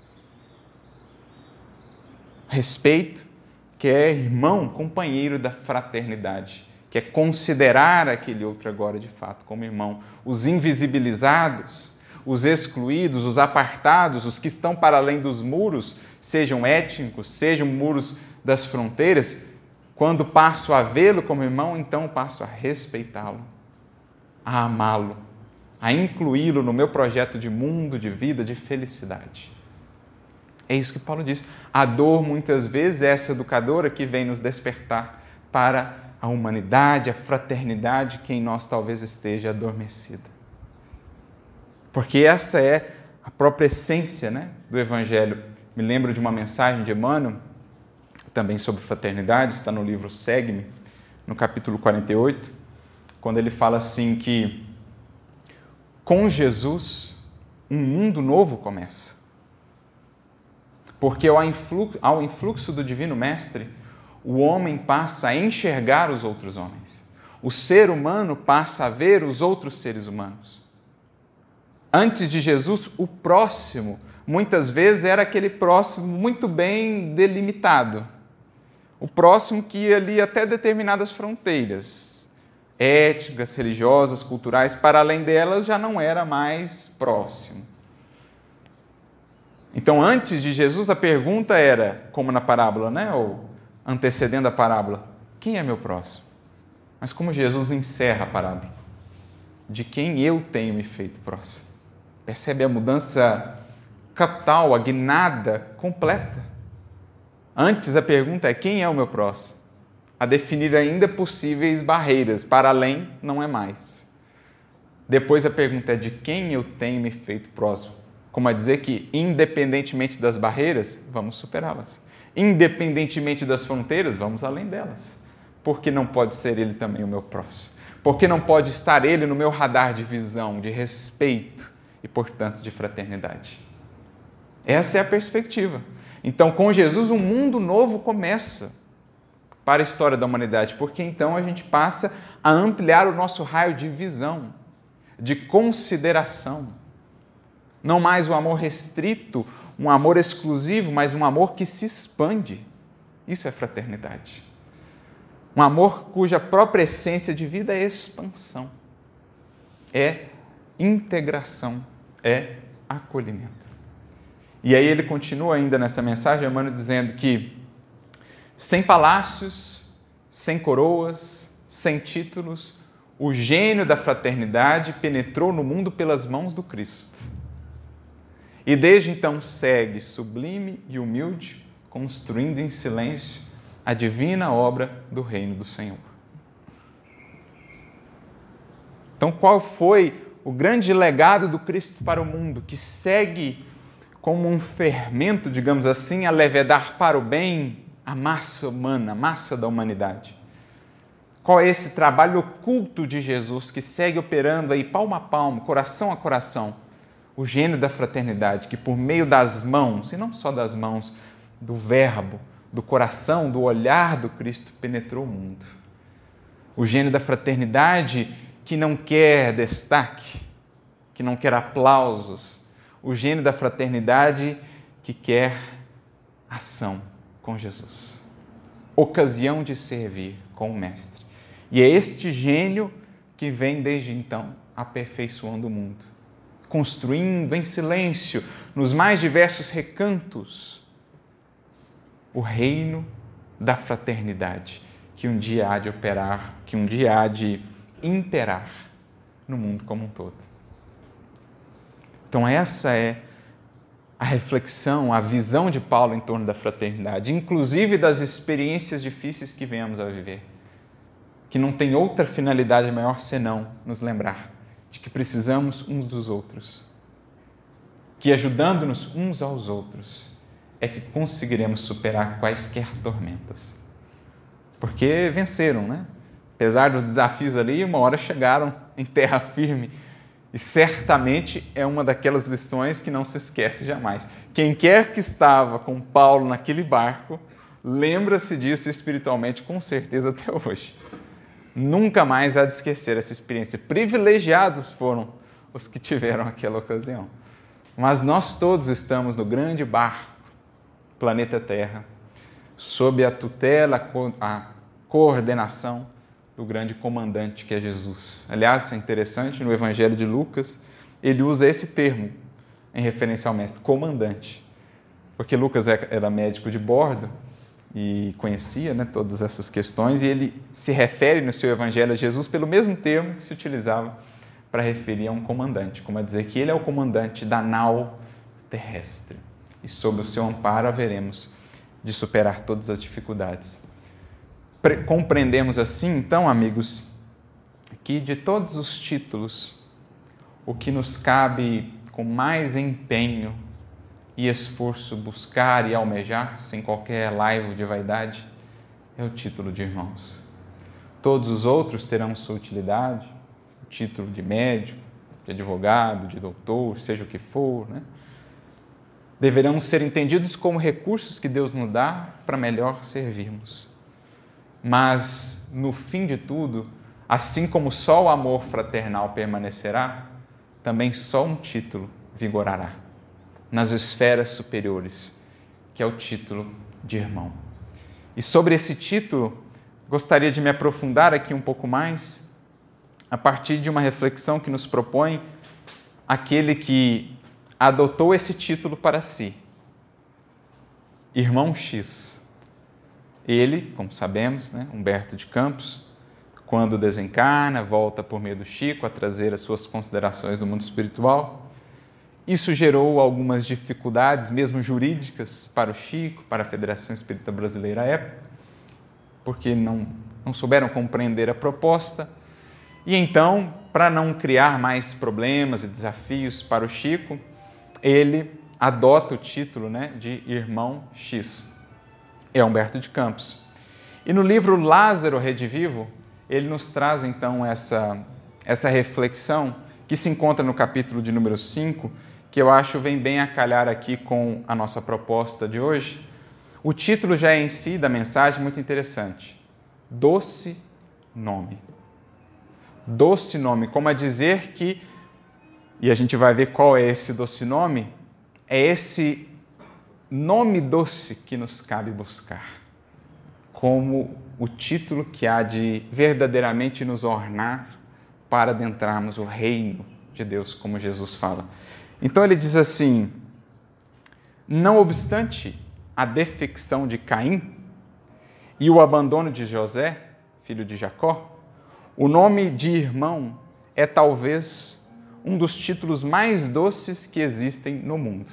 [SPEAKER 1] Respeito, que é irmão, companheiro da fraternidade, que é considerar aquele outro agora de fato como irmão. Os invisibilizados, os excluídos, os apartados, os que estão para além dos muros, sejam étnicos, sejam muros das fronteiras, quando passo a vê-lo como irmão, então passo a respeitá-lo, a amá-lo, a incluí-lo no meu projeto de mundo, de vida, de felicidade. É isso que Paulo diz. A dor, muitas vezes, é essa educadora que vem nos despertar para a humanidade, a fraternidade que em nós talvez esteja adormecida. Porque essa é a própria essência, né, do Evangelho. Me lembro de uma mensagem de Emmanuel, também sobre fraternidade, está no livro Segue-me, no capítulo 48, quando ele fala assim que com Jesus um mundo novo começa. Porque ao influxo do Divino Mestre, o homem passa a enxergar os outros homens. O ser humano passa a ver os outros seres humanos. Antes de Jesus, o próximo, muitas vezes, era aquele próximo muito bem delimitado. O próximo que ia ali até determinadas fronteiras, étnicas, religiosas, culturais, para além delas já não era mais próximo. Então, antes de Jesus, a pergunta era, como na parábola, né? Ou antecedendo a parábola, quem é meu próximo? Mas como Jesus encerra a parábola? De quem eu tenho me feito próximo? Percebe a mudança capital, a guinada completa? Antes a pergunta é, quem é o meu próximo? A definir ainda possíveis barreiras, para além não é mais. Depois a pergunta é, de quem eu tenho me feito próximo? Como a dizer que, independentemente das barreiras, vamos superá-las. Independentemente das fronteiras, vamos além delas. Porque não pode ser ele também o meu próximo. Por que não pode estar ele no meu radar de visão, de respeito e, portanto, de fraternidade? Essa é a perspectiva. Então, com Jesus, um mundo novo começa para a história da humanidade, porque então a gente passa a ampliar o nosso raio de visão, de consideração. Não mais um amor restrito, um amor exclusivo, mas um amor que se expande. Isso é fraternidade. Um amor cuja própria essência de vida é expansão, é integração, é acolhimento. E aí ele continua ainda nessa mensagem, Emmanuel, dizendo que sem palácios, sem coroas, sem títulos, o gênio da fraternidade penetrou no mundo pelas mãos do Cristo. E desde então segue sublime e humilde, construindo em silêncio a divina obra do reino do Senhor. Então, qual foi o grande legado do Cristo para o mundo, que segue como um fermento, digamos assim, a levedar para o bem a massa humana, a massa da humanidade? Qual é esse trabalho oculto de Jesus que segue operando aí palmo a palmo, coração a coração? O gênio da fraternidade, que por meio das mãos, e não só das mãos, do verbo, do coração, do olhar do Cristo, penetrou o mundo. O gênio da fraternidade que não quer destaque, que não quer aplausos. O gênio da fraternidade que quer ação com Jesus. Ocasião de servir com o Mestre. E é este gênio que vem desde então aperfeiçoando o mundo, construindo em silêncio, nos mais diversos recantos, o reino da fraternidade, que um dia há de operar, que um dia há de imperar no mundo como um todo. Então essa é a reflexão, a visão de Paulo em torno da fraternidade, inclusive das experiências difíceis que venhamos a viver, que não tem outra finalidade maior senão nos lembrar de que precisamos uns dos outros, que ajudando-nos uns aos outros é que conseguiremos superar quaisquer tormentas. Porque venceram, né? Apesar dos desafios ali, uma hora chegaram em terra firme. E certamente é uma daquelas lições que não se esquece jamais. Quem quer que estava com Paulo naquele barco, lembra-se disso espiritualmente com certeza até hoje. Nunca mais há de esquecer essa experiência. Privilegiados foram os que tiveram aquela ocasião. Mas nós todos estamos no grande barco, planeta Terra, sob a tutela, a coordenação do grande comandante que é Jesus. Aliás, é interessante, no Evangelho de Lucas, ele usa esse termo em referência ao Mestre, comandante. Porque Lucas era médico de bordo e conhecia, né, todas essas questões, e ele se refere no seu Evangelho a Jesus pelo mesmo termo que se utilizava para referir a um comandante, como a dizer que ele é o comandante da nau terrestre. E sob o seu amparo haveremos de superar todas as dificuldades. Compreendemos assim, então, amigos, que de todos os títulos, o que nos cabe com mais empenho e esforço buscar e almejar, sem qualquer laivo de vaidade, é o título de irmãos. Todos os outros terão sua utilidade, o título de médico, de advogado, de doutor, seja o que for, né? Deverão ser entendidos como recursos que Deus nos dá para melhor servirmos. Mas, no fim de tudo, assim como só o amor fraternal permanecerá, também só um título vigorará nas esferas superiores, que é o título de irmão. E sobre esse título, gostaria de me aprofundar aqui um pouco mais, a partir de uma reflexão que nos propõe aquele que adotou esse título para si, Irmão X. Ele, como sabemos, né, Humberto de Campos, quando desencarna, volta por meio do Chico a trazer as suas considerações do mundo espiritual. Isso gerou algumas dificuldades, mesmo jurídicas, para o Chico, para a Federação Espírita Brasileira à época, porque não souberam compreender a proposta. E então, para não criar mais problemas e desafios para o Chico, ele adota o título, né, de Irmão X. É Humberto de Campos. E no livro Lázaro Redivivo, ele nos traz então essa reflexão que se encontra no capítulo de número 5, que eu acho vem bem a calhar aqui com a nossa proposta de hoje. O título já é em si da mensagem muito interessante. Doce nome. Doce nome, como a dizer que, e a gente vai ver qual é esse doce nome, é esse nome doce que nos cabe buscar, como o título que há de verdadeiramente nos ornar para adentrarmos o reino de Deus, como Jesus fala. Então ele diz assim: não obstante a defecção de Caim e o abandono de José, filho de Jacó, o nome de irmão é talvez um dos títulos mais doces que existem no mundo.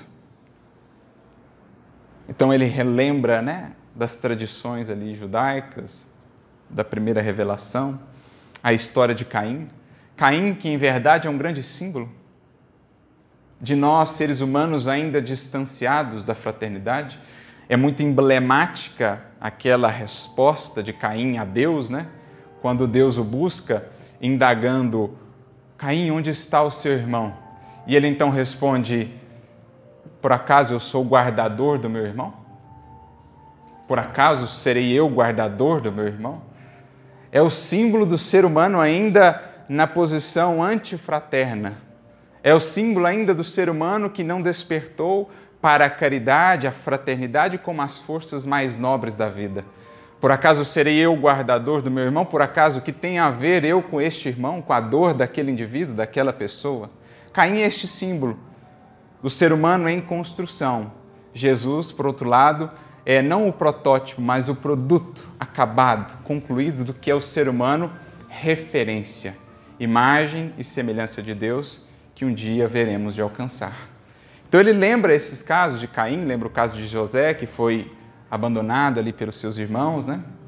[SPEAKER 1] Então ele relembra, das tradições ali judaicas, da primeira revelação, a história de Caim. Caim, que em verdade é um grande símbolo de nós, seres humanos ainda distanciados da fraternidade. É muito emblemática aquela resposta de Caim a Deus, quando Deus o busca, indagando: Caim, onde está o seu irmão? E ele então responde: por acaso eu sou o guardador do meu irmão? Por acaso serei eu o guardador do meu irmão? É o símbolo do ser humano ainda na posição antifraterna. É o símbolo ainda do ser humano que não despertou para a caridade, a fraternidade como as forças mais nobres da vida. Por acaso serei eu o guardador do meu irmão? Por acaso que tem a ver eu com este irmão, com a dor daquele indivíduo, daquela pessoa? Caim é este símbolo do ser humano em construção. Jesus, por outro lado, é não o protótipo, mas o produto acabado, concluído do que é o ser humano, referência, imagem e semelhança de Deus, que um dia veremos de alcançar. Então ele lembra esses casos de Caim, lembra o caso de José, que foi abandonado ali pelos seus irmãos,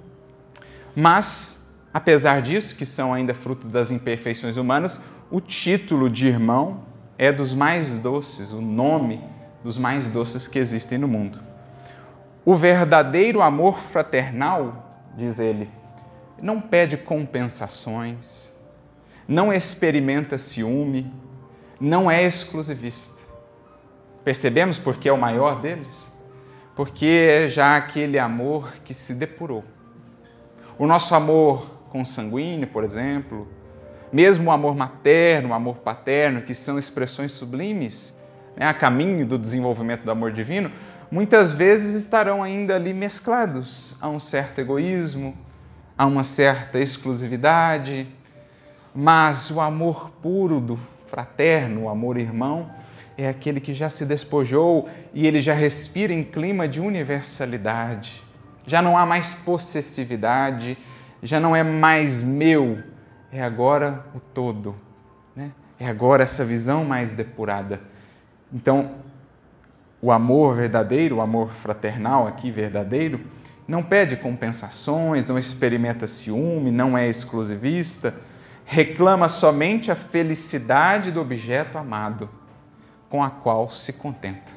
[SPEAKER 1] Mas, apesar disso, que são ainda frutos das imperfeições humanas, o título de irmão é dos mais doces, o nome dos mais doces que existem no mundo. O verdadeiro amor fraternal, diz ele, não pede compensações, não experimenta ciúme, não é exclusivista. Percebemos por que é o maior deles? Porque é já aquele amor que se depurou. O nosso amor consanguíneo, por exemplo, mesmo o amor materno, o amor paterno, que são expressões sublimes, a caminho do desenvolvimento do amor divino, muitas vezes estarão ainda ali mesclados a um certo egoísmo, a uma certa exclusividade, mas o amor puro do fraterno, o amor irmão, é aquele que já se despojou e ele já respira em clima de universalidade. Já não há mais possessividade, já não é mais meu, é agora o todo, É agora essa visão mais depurada. Então, o amor verdadeiro, o amor fraternal aqui verdadeiro, não pede compensações, não experimenta ciúme, não é exclusivista, reclama somente a felicidade do objeto amado, com a qual se contenta.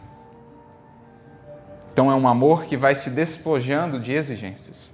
[SPEAKER 1] Então é um amor que vai se despojando de exigências.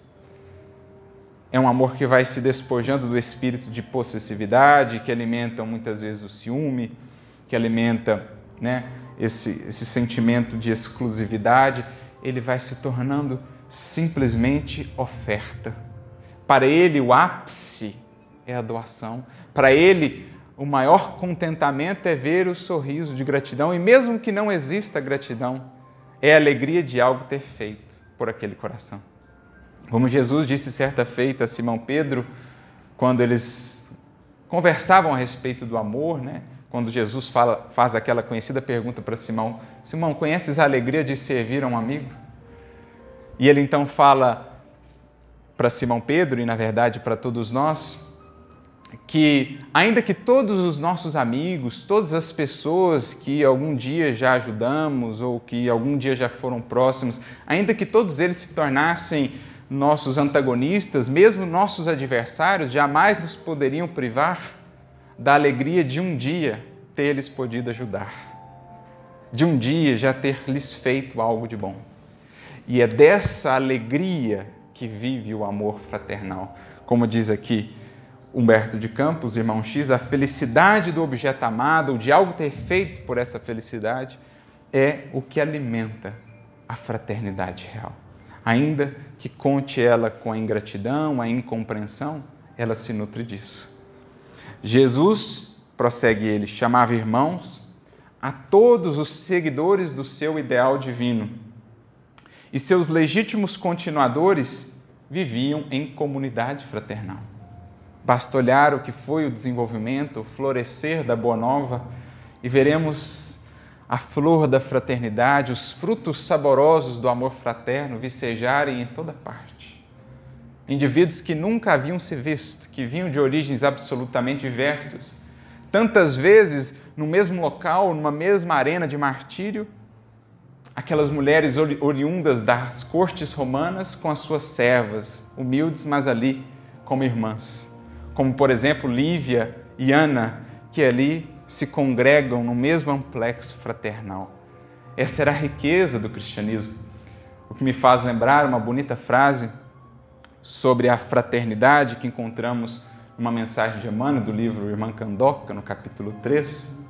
[SPEAKER 1] É um amor que vai se despojando do espírito de possessividade, que alimenta muitas vezes o ciúme, que alimenta esse sentimento de exclusividade. Ele vai se tornando simplesmente oferta. Para ele, o ápice é a doação. Para ele, o maior contentamento é ver o sorriso de gratidão, e mesmo que não exista gratidão, é a alegria de algo ter feito por aquele coração. Como Jesus disse certa feita a Simão Pedro, quando eles conversavam a respeito do amor, quando Jesus faz aquela conhecida pergunta para Simão: Simão, conheces a alegria de servir a um amigo? E ele então fala para Simão Pedro, e na verdade para todos nós, que ainda que todos os nossos amigos, todas as pessoas que algum dia já ajudamos ou que algum dia já foram próximos, ainda que todos eles se tornassem nossos antagonistas, mesmo nossos adversários, jamais nos poderiam privar da alegria de um dia ter lhes podido ajudar, de um dia já ter lhes feito algo de bom. E é dessa alegria que vive o amor fraternal. Como diz aqui Humberto de Campos, irmão X, a felicidade do objeto amado, ou de algo ter feito por essa felicidade, é o que alimenta a fraternidade real. Ainda que conte ela com a ingratidão, a incompreensão, ela se nutre disso. Jesus, prossegue ele, chamava irmãos a todos os seguidores do seu ideal divino. E seus legítimos continuadores viviam em comunidade fraternal. Basta olhar o que foi o desenvolvimento, o florescer da Boa Nova e veremos a flor da fraternidade, os frutos saborosos do amor fraterno vicejarem em toda parte. Indivíduos que nunca haviam se visto, que vinham de origens absolutamente diversas, tantas vezes no mesmo local, numa mesma arena de martírio, aquelas mulheres oriundas das cortes romanas com as suas servas, humildes, mas ali como irmãs. Como, por exemplo, Lívia e Ana, que ali se congregam no mesmo amplexo fraternal. Essa era a riqueza do cristianismo. O que me faz lembrar uma bonita frase sobre a fraternidade que encontramos numa mensagem de Emmanuel do livro Irmã Candoca, no capítulo 3,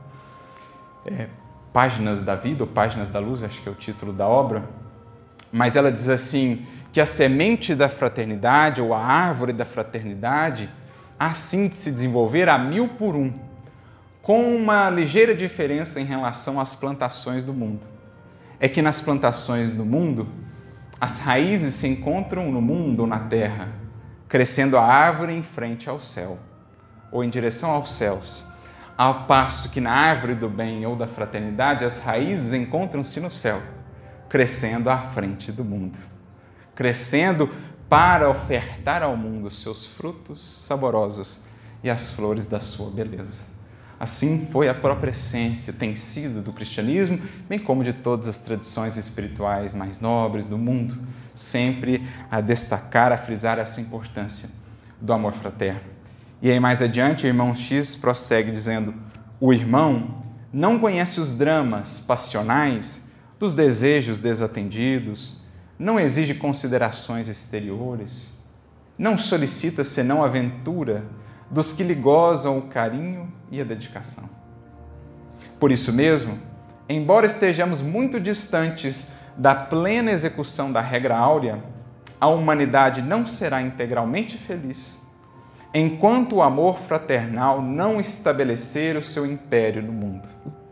[SPEAKER 1] Páginas da Vida, ou Páginas da Luz, acho que é o título da obra, mas ela diz assim, que a semente da fraternidade, ou a árvore da fraternidade, há sim de se desenvolver a 1000 por 1, com uma ligeira diferença em relação às plantações do mundo. É que nas plantações do mundo, as raízes se encontram no mundo ou na terra, crescendo a árvore em frente ao céu, ou em direção aos céus, ao passo que na árvore do bem ou da fraternidade, as raízes encontram-se no céu, crescendo à frente do mundo, crescendo para ofertar ao mundo seus frutos saborosos e as flores da sua beleza. Assim foi a própria essência, tem sido do cristianismo, bem como de todas as tradições espirituais mais nobres do mundo, sempre a destacar, a frisar essa importância do amor fraterno. E aí mais adiante, o irmão X prossegue dizendo, o irmão não conhece os dramas passionais dos desejos desatendidos, não exige considerações exteriores, não solicita senão a ventura dos que lhe gozam o carinho e a dedicação. Por isso mesmo, embora estejamos muito distantes da plena execução da regra áurea, a humanidade não será integralmente feliz enquanto o amor fraternal não estabelecer o seu império no mundo.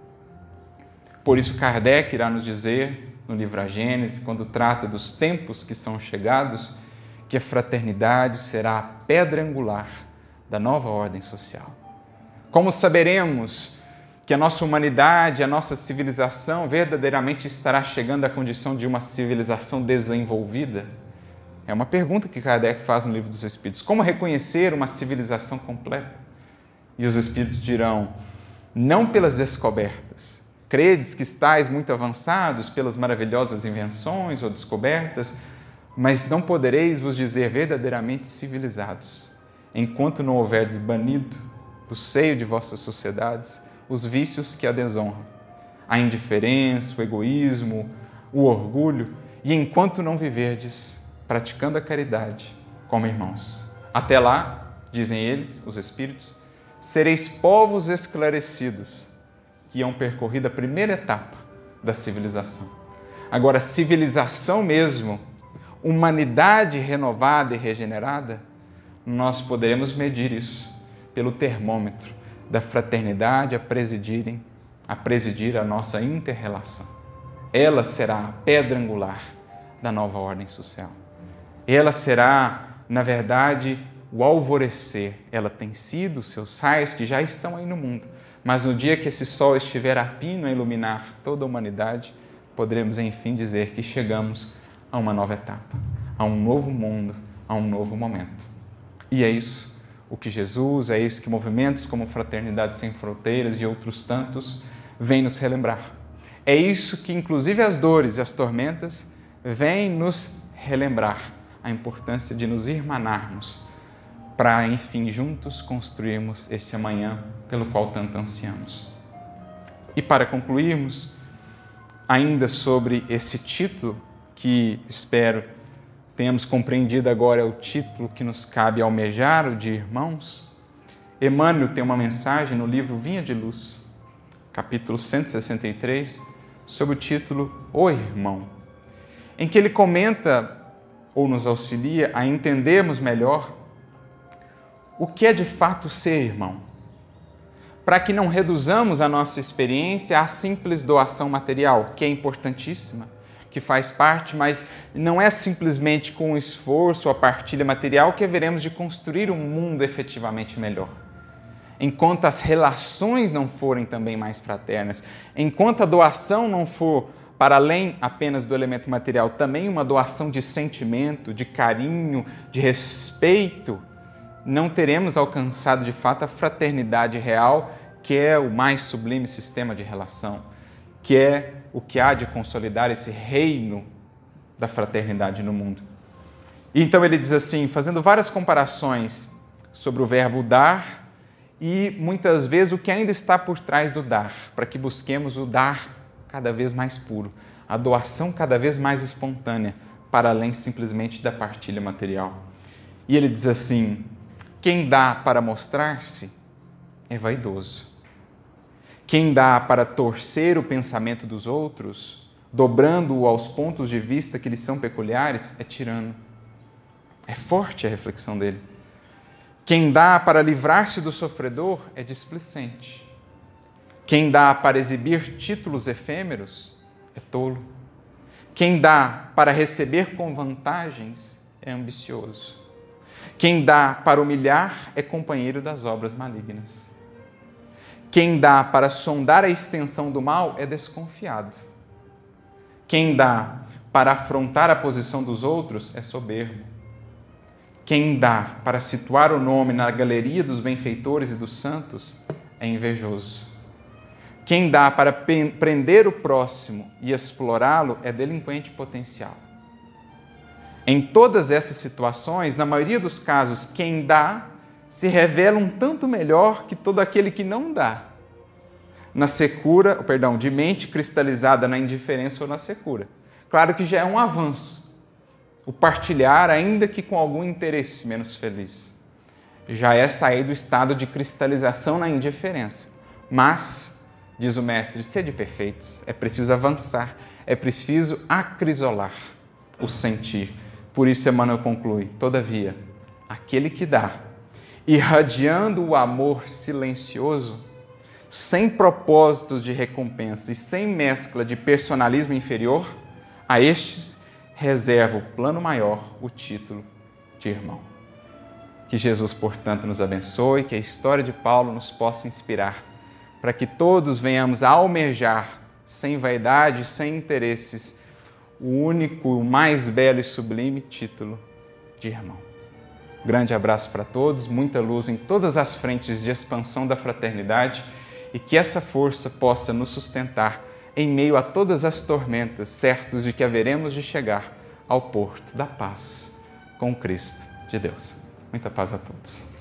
[SPEAKER 1] Por isso Kardec irá nos dizer, no livro A Gênese, quando trata dos tempos que são chegados, que a fraternidade será a pedra angular da nova ordem social. Como saberemos que a nossa humanidade, a nossa civilização verdadeiramente estará chegando à condição de uma civilização desenvolvida? É uma pergunta que Kardec faz no Livro dos Espíritos. Como reconhecer uma civilização completa? E os Espíritos dirão, não pelas descobertas. Credes que estáis muito avançados pelas maravilhosas invenções ou descobertas, mas não podereis vos dizer verdadeiramente civilizados, enquanto não houverdes banido do seio de vossas sociedades os vícios que a desonram, a indiferença, o egoísmo, o orgulho, e enquanto não viverdes praticando a caridade como irmãos. Até lá, dizem eles, os Espíritos, sereis povos esclarecidos que iam percorrido a primeira etapa da civilização. Agora, civilização mesmo, humanidade renovada e regenerada, nós poderemos medir isso pelo termômetro da fraternidade a presidir a nossa inter-relação. Ela será a pedra angular da nova ordem social. Ela será, na verdade, o alvorecer. Ela tem sido os seus raios que já estão aí no mundo. Mas no dia que esse sol estiver a pino a iluminar toda a humanidade, poderemos, enfim, dizer que chegamos a uma nova etapa, a um novo mundo, a um novo momento. E é isso o que Jesus, é isso que movimentos como Fraternidade Sem Fronteiras e outros tantos vêm nos relembrar. É isso que, inclusive, as dores e as tormentas vêm nos relembrar a importância de nos irmanarmos para, enfim, juntos construirmos este amanhã pelo qual tanto ansiamos. E para concluirmos, ainda sobre esse título, que espero tenhamos compreendido agora é o título que nos cabe almejar, o de irmãos, Emmanuel tem uma mensagem no livro Vinha de Luz, capítulo 163, sob o título O Irmão, em que ele comenta ou nos auxilia a entendermos melhor o que é de fato ser irmão, para que não reduzamos a nossa experiência à simples doação material, que é importantíssima, que faz parte, mas não é simplesmente com o esforço ou a partilha material que haveremos de construir um mundo efetivamente melhor. Enquanto as relações não forem também mais fraternas, enquanto a doação não for para além apenas do elemento material, também uma doação de sentimento, de carinho, de respeito, não teremos alcançado de fato a fraternidade real, que é o mais sublime sistema de relação, que é o que há de consolidar esse reino da fraternidade no mundo. E então ele diz assim, fazendo várias comparações sobre o verbo dar e muitas vezes o que ainda está por trás do dar, para que busquemos o dar cada vez mais puro, a doação cada vez mais espontânea, para além simplesmente da partilha material. E ele diz assim, quem dá para mostrar-se é vaidoso. Quem dá para torcer o pensamento dos outros, dobrando-o aos pontos de vista que lhes são peculiares, é tirano. É forte a reflexão dele. Quem dá para livrar-se do sofredor é displicente. Quem dá para exibir títulos efêmeros é tolo. Quem dá para receber com vantagens é ambicioso. Quem dá para humilhar é companheiro das obras malignas. Quem dá para sondar a extensão do mal é desconfiado. Quem dá para afrontar a posição dos outros é soberbo. Quem dá para situar o nome na galeria dos benfeitores e dos santos é invejoso. Quem dá para prender o próximo e explorá-lo é delinquente potencial. Em todas essas situações, na maioria dos casos, quem dá se revela um tanto melhor que todo aquele que não dá. De mente cristalizada na indiferença ou na secura. Claro que já é um avanço. O partilhar, ainda que com algum interesse menos feliz. Já é sair do estado de cristalização na indiferença. Mas, diz o mestre, sede perfeitos, é preciso avançar, é preciso acrisolar o sentir. Por isso Emmanuel conclui, todavia, aquele que dá, irradiando o amor silencioso, sem propósitos de recompensa e sem mescla de personalismo inferior, a estes reserva o plano maior, o título de irmão. Que Jesus, portanto, nos abençoe, que a história de Paulo nos possa inspirar, para que todos venhamos a almejar, sem vaidade, sem interesses, o único, o mais belo e sublime título de irmão. Grande abraço para todos, muita luz em todas as frentes de expansão da fraternidade e que essa força possa nos sustentar em meio a todas as tormentas, certos de que haveremos de chegar ao porto da paz com Cristo de Deus. Muita paz a todos.